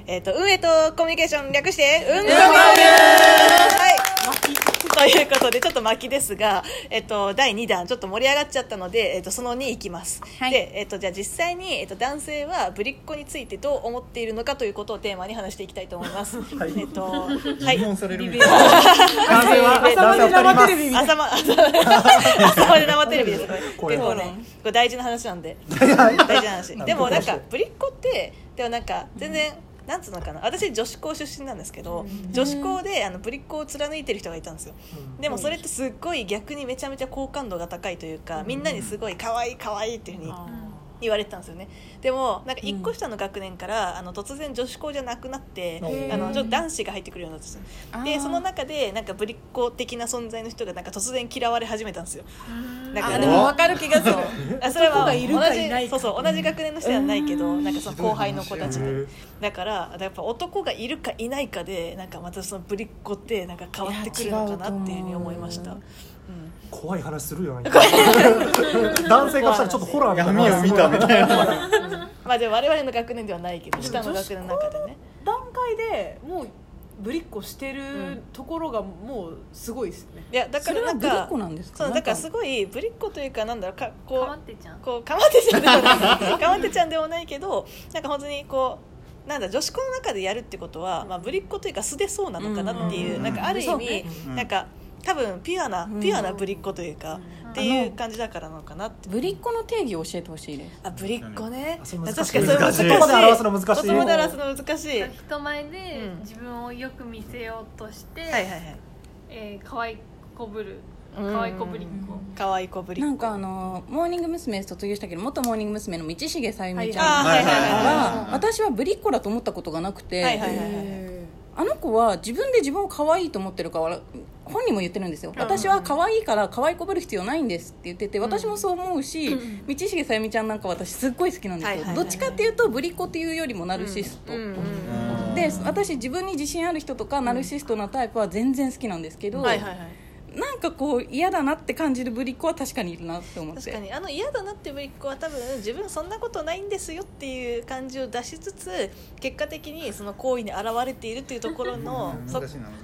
運営とコミュニケーション略して運コミュはいということでちょっと巻きですが、第2弾ちょっと盛り上がっちゃったので、その2いきます、はい、で、じゃあ実際に、男性はぶりっ子についてどう思っているのかということをテーマに話していきたいと思います。はい、 はい、質問される男性は朝まで生テレビ朝まで生テレビです。これ結構ねこれ大事な話なんで大事な話でもなんかぶりっ子ってでもなんか全然、なんつうのかな、私女子校出身なんですけど、女子校でぶりっ子を貫いてる人がいたんですよ。でもそれってすっごい逆にめちゃめちゃ好感度が高いというか、みんなにすごい可愛い可愛いっていう風に言われてたんですよね。でもなんか1個下の学年から突然女子校じゃなくなって、ちょっと男子が入ってくるようになったんですよ。でその中でなんかぶりっ子的な存在の人がなんか突然嫌われ始めたんですよ。だからでも分かる気がするそれは同じ学年の人ではないけど、なんかその後輩の子たちで、だからやっぱ男がいるかいないかでなんかまたそのぶりっ子ってなんか変わってくるのかなっていうふうに思いました。 怖い話するよね男性がしたらちょっとホラーみたいな闇を見たみたいなまあでも我々の学年ではないけど下の学年の中でね段階でもうぶりっ子してるところがもうすごいですね。 いやだからなんかそれはぶりっ子なんですか。 そうだからすごいぶりっ子というかなんだろうかこうかまってちゃんこうかまってちゃんでもないかまってちゃんでもないけどなんか本当にこうなんだ女子校の中でやるってことは、まあ、ぶりっ子というか素でそうなのかなっていうなんかある意味なんか多分ピュアなぶりっ子というか、っていう感じだからなのかなって。 ぶりっ子の定義を教えてほしいです。 ぶりっ子ね、確かにそれ難しい。 言葉で表すの難しい。 言葉で表すの難しい。 人前で自分をよく見せようとして、 はいはいはい、 可愛いこぶる可愛いこぶりっ子、 可愛いこぶりっ子。 なんかモーニング娘。卒業したけど元モーニング娘。の道重さゆみちゃんは私はぶりっ子だと思ったことがなくて、あの子は自分で自分を可愛いと思ってるから本人も言ってるんですよ。私は可愛いから可愛いこぶる必要ないんですって言ってて、私もそう思うし、道重さゆみちゃんなんか私すっごい好きなんですよ。どっちかっていうとぶりっ子っていうよりもナルシストで、私自分に自信ある人とかナルシストなタイプは全然好きなんですけど、なんかこう嫌だなって感じるぶりっ子は確かにいるなって思って。 確かに嫌だなってぶりっ子は多分自分そんなことないんですよっていう感じを出しつつ結果的にその行為に現れているっていうところの難しいな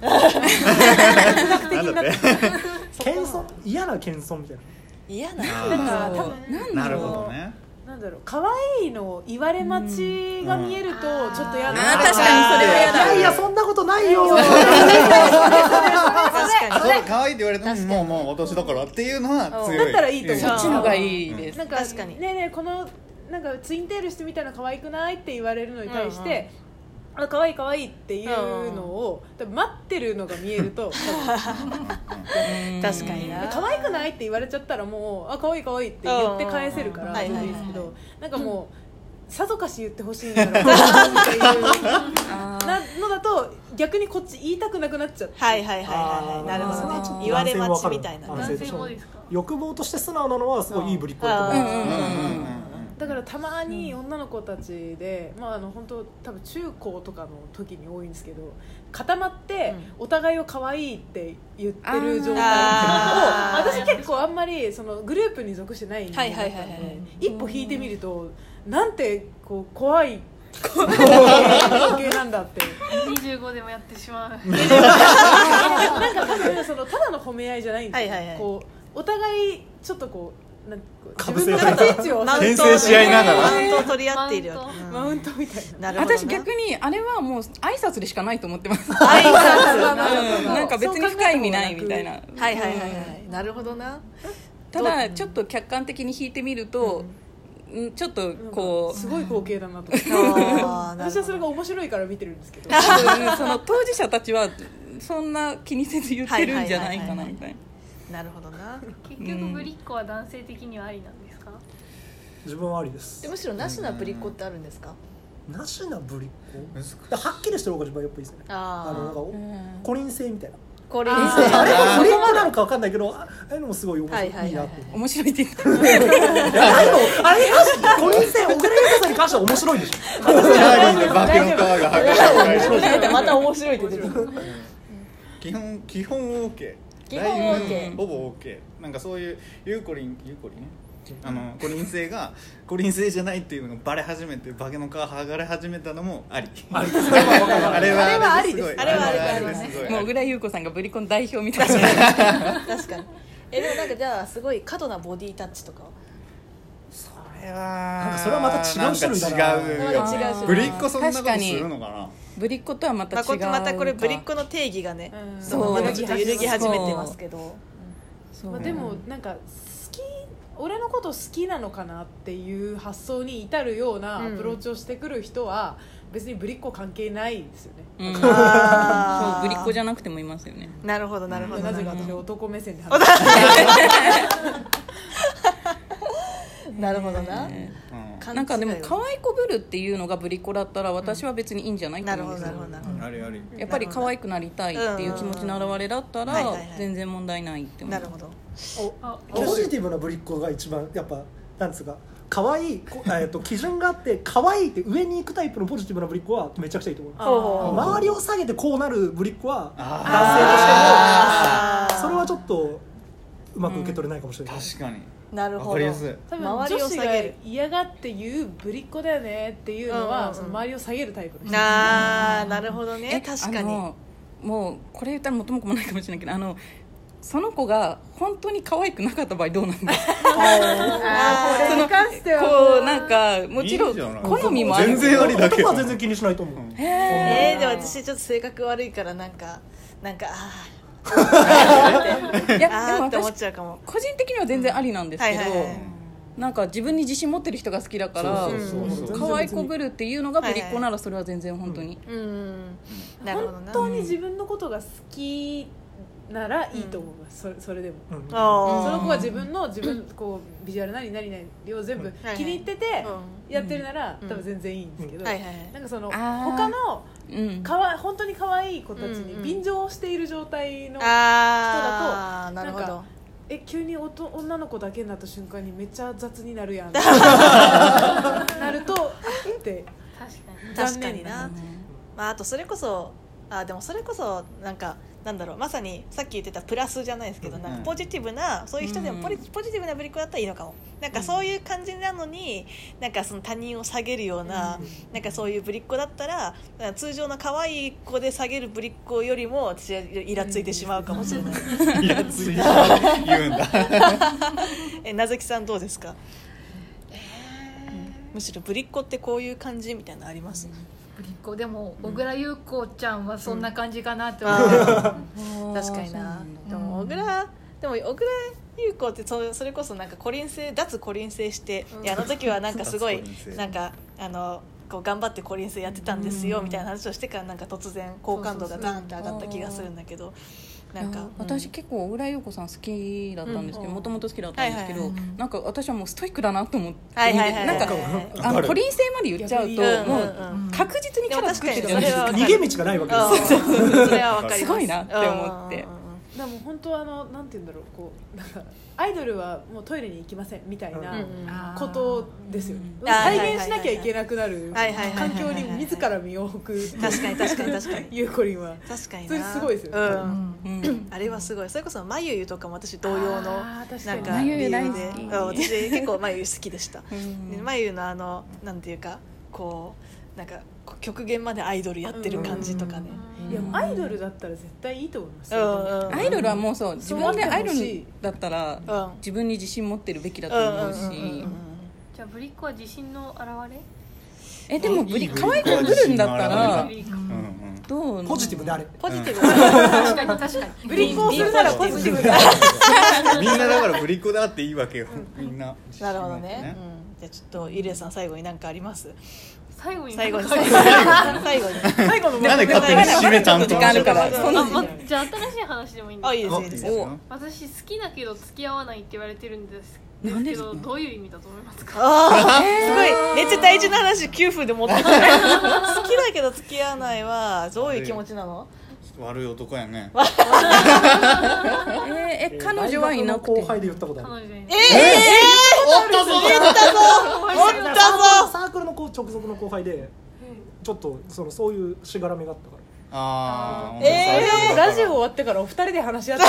謙遜、嫌な謙遜みたいな。 嫌な多分なるほどね。 なんだろう、可愛いの言われ待ちが見えるとちょっと嫌だ。 確かにそれは嫌だ。 いやそんなことないよ。 確かに可愛いって言われてももうお年だからっていうのは強い。 だったらいいと思う。 そっちのがいいです。 なんか確かにねえねえこのなんかツインテールしてみたいな可愛くないって言われるのに対して、可愛い可愛いっていうのを多分待ってるのが見えると確かにな。 可愛くないって言われちゃったらもう可愛い可愛いって言って返せるからいいんですけど、なんかもうさぞかし言ってほしいんだろうなっていうのだと逆にこっち言いたくなくなっちゃって。 はいはいはいはい、なるほどね。言われ待ちみたいな。 男性もですか。 欲望として素直なのはすごいいいぶりっ子だと思う。 だからたまに女の子たちで、本当多分中高とかの時に多いんですけど固まってお互いを可愛いって言ってる状態を私結構あんまりそのグループに属してない人間だったので一歩引いてみるとなんてこう怖い関係なんだって 25でもやってしまうなんか多分そのただの褒め合いじゃないんですよ、こうお互いちょっとこう自分の立ち位置を牽制し合いながらマウントを取り合っているマウントみたいな。 私逆にあれはもう挨拶でしかないと思ってます。 挨拶なんか別に深い意味ないみたいな。 はいはいはいはい、なるほどな。 ただちょっと客観的に引いてみると、ちょっとこうすごい光景だなと思って私はそれが面白いから見てるんですけどその当事者たちはそんな気にせず言ってるんじゃないかなみたいな。 なるほどな。 結局ぶりっ子は男性的にはありなんですか。 自分はありです。 でむしろなしなぶりっ子ってあるんですか。 なしなぶりっ子はっきりしてる方が自分はやっぱいいですね。なんか孤輪性みたいな。 孤輪性あれもぶりっ子なのか分かんないけどああいうのもすごい面白いなって。 面白いって言ったあれに関して孤輪性小倉優香さんに関しては面白いでしょ。 チャーリーの化けの皮が剥がまた面白いって出てくる。 基本 OK。 基本 OK。 ほぼ OK。なんかそういうゆうこりんね。 コリン星がコリン星じゃないっていうのがバレ始めて化けの皮剥がれ始めたのもありあれはありです。あれはありです。 もう小倉優子さんがブリコン代表みたいな。 確かに。でもなんかじゃあすごい過度なボディタッチとかそれはまた違う種類だな。 違うぶりっ子そんなことするのかな。 ぶりっ子とはまた違う。 またこれぶりっ子の定義がね、またちょっと揺るぎ始めてますけど。 でもなんか俺のこと好きなのかなっていう発想に至るようなアプローチをしてくる人は別にぶりっ子関係ないですよね。 そうぶりっ子じゃなくてもいますよね。 なるほどなるほど。 なぜか私男目線で話してなるほどな。 なんかでも可愛いこぶるっていうのがぶりっ子だったら私は別にいいんじゃないと思うんですよ。やっぱり可愛くなりたいっていう気持ちの表れだったら全然問題ないって思う。 なるほど。 ポジティブなぶりっ子が一番やっぱなんつうか可愛い基準があって可愛いって上に行くタイプのポジティブなぶりっ子はめちゃくちゃいいと思う。周りを下げてこうなるぶりっ子は男性としてもそれはちょっとうまく受け取れないかもしれない。 確かに。 なるほど。 多分女子が嫌がって言うぶりっ子だよねっていうのはその周りを下げるタイプの人。 なるほどね。確かに。 もうこれ言ったら元も子もないかもしれないけどその子が本当に可愛くなかった場合どうなんですか。 これに関してはこうなんかもちろん好みもある。 全然ありだけど。 男は全然気にしないと思う。 でも私ちょっと性格悪いからなんかいやでも私個人的には全然ありなんですけど、なんか自分に自信持ってる人が好きだから可愛いこぶるっていうのがぶりっ子ならそれは全然本当に本当に自分のことが好きならいいと思います。それでもその子が自分こうビジュアル何を全部気に入っててやってるなら多分全然いいんですけど、なんかその他の本当に可愛い子たちに便乗している状態の人だとなんか急に女の子だけになった瞬間にめっちゃ雑になるやんなるとって確かにな。あとそれこそでもそれこそなんだろう、まさにさっき言ってたプラスじゃないですけど、なんかポジティブなそういう人でもポジティブなぶりっ子だったらいいのかも。なんかそういう感じなのになんかその他人を下げるような、なんかそういうぶりっ子だったら通常の可愛い子で下げるぶりっ子よりも私はイラついてしまうかもしれない。 イラついて言うんだ。 なずきさんどうですか。むしろぶりっ子ってこういう感じみたいなのあります？ ぶりっ子でも小倉優子ちゃんはそんな感じかなって思って、 確かにな。でも小倉優子ってそれこそなんか脱コリン星して、あの時はなんかすごいなんかこう頑張ってコリン星やってたんですよみたいな話をしてからなんか突然好感度がダンって上がった気がするんだけど。なんか私結構小倉優子さん好きだったんですけど、もともと好きだったんですけど、なんか私はもうストイックだなと思って、なんかコリン星まで言っちゃうともう確実にキャラ作ってる逃げ道がないわけですよ。それは分かります。 すごいなって思って。 でも本当はなんて言うんだろう、こうなんかアイドルはもうトイレに行きませんみたいなことですよね。再現しなきゃいけなくなる環境に自ら身を置く。 確かにゆうこりんは確かにそれすごいですよね。 あれはすごい。それこそまゆゆとかも私同様のなんかまゆゆ大好き。私結構まゆゆ好きでした。まゆゆのなんていうかこうなんか極限までアイドルやってる感じとかね。 いやアイドルだったら絶対いいと思います。 アイドルはもうそう自分でアイドルだったら自分に自信持ってるべきだと思うし。 じゃあぶりっ子は自信の表れ？ でも可愛くぶるんだったらどう？ ポジティブであれ。 ポジティブ。 確かに。 ぶりっ子をするならポジティブで。 みんなだからぶりっ子だっていいわけよ。みんな。 なるほどね。じゃあちょっとイレさん最後に何かあります？ 最後に最後のなんで勝手に締めちゃんと時間あるから。 じゃあ新しい話でもいいんですか？ いいですよ。 私好きだけど付き合わないって言われてるんですけど、どういう意味だと思いますか？ すごいめっちゃ大事な話9分で持ってきた。好きだけど付き合わないはどういう気持ちなの？ 悪い男やね。 彼女はいなくて。 後輩で言ったことある。 おったぞサークルの直属の後輩でちょっとそういうしがらみがあったかああ、 それはもうラジオ終わってからお二人で話し合って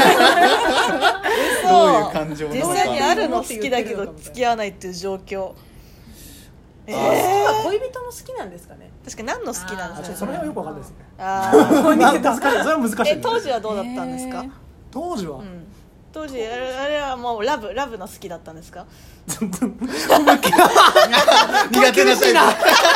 どういう感情な実のか。 際にあるの好きだけど付き合わないっていう状況。 恋人の好きなんですかね。 確かに何の好きなんですかね。 それはよくわかんないですね。 難しい。それは難しい。 当時はどうだったんですか。 当時は、 当時あれはもうラブの好きだったんですか。 苦手な人だ。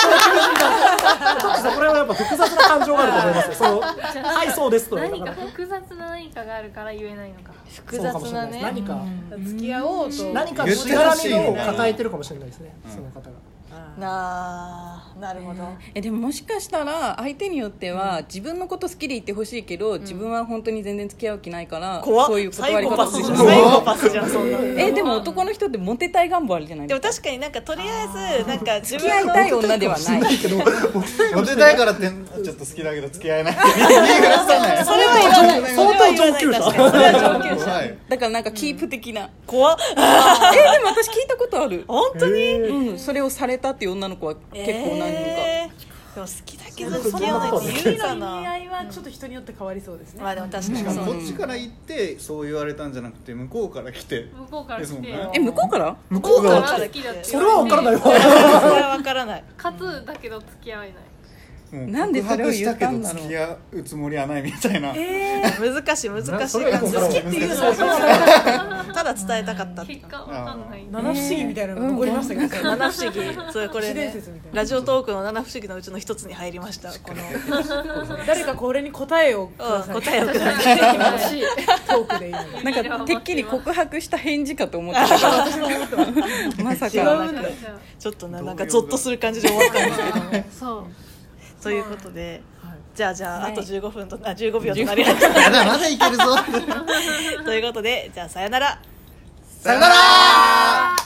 これはやっぱ複雑な感情があると思いますよ。はいそうですと。 何か複雑な何かがあるから言えないのか。 複雑なね。 何か付き合おうと何かしがらみを抱えてるかもしれないですね。その方が。 なるほど。 でももしかしたら相手によっては自分のこと好きでいてほしいけど、自分は本当に全然付き合う気ないからそういう断り方する。 サイコパスじゃんそんな。 でも男の人ってモテたい願望あるじゃないですか。 でも確かになんかとりあえずなんか自分付き合いたい女ではない。 モテたいからってちょっと好きだけど付き合えない。それは相当上級者。 それは上級者。 だからなんかキープ的な。 怖っ。 でも私聞いたことある。 本当に。 それをされたっていう女の子は結構何人か。 でも好きだけど付き合わないって言うかな。 恋愛はちょっと人によって変わりそうですね。 まあでも確かにこっちから言ってそう言われたんじゃなくて向こうから来て。 向こうから来て。 向こうから？ 向こうから好きだって。 それは分からないわ。 それは分からない。 かつだけど付き合えない。 なんでそれを言ったんだろう。 付き合うつもりはないみたいな。 難しい感じ。好きっていうのはただ伝えたかった。 結果わかんない。 七不思議みたいなのが残りましたけど。 七不思議。それこれね。ラジオトークの七不思議のうちの一つに入りました。この誰かこれに答えをください。 答えをください。 トークでいいの。 なんかてっきり告白した返事かと思ってたから。 私も思ってまさかちょっとなんかゾッとする感じで終わったんですけども。 そう。 ということで、じゃああと15分と15秒となりました。 まだいけるぞ。 ということでじゃあさよなら。 さよなら。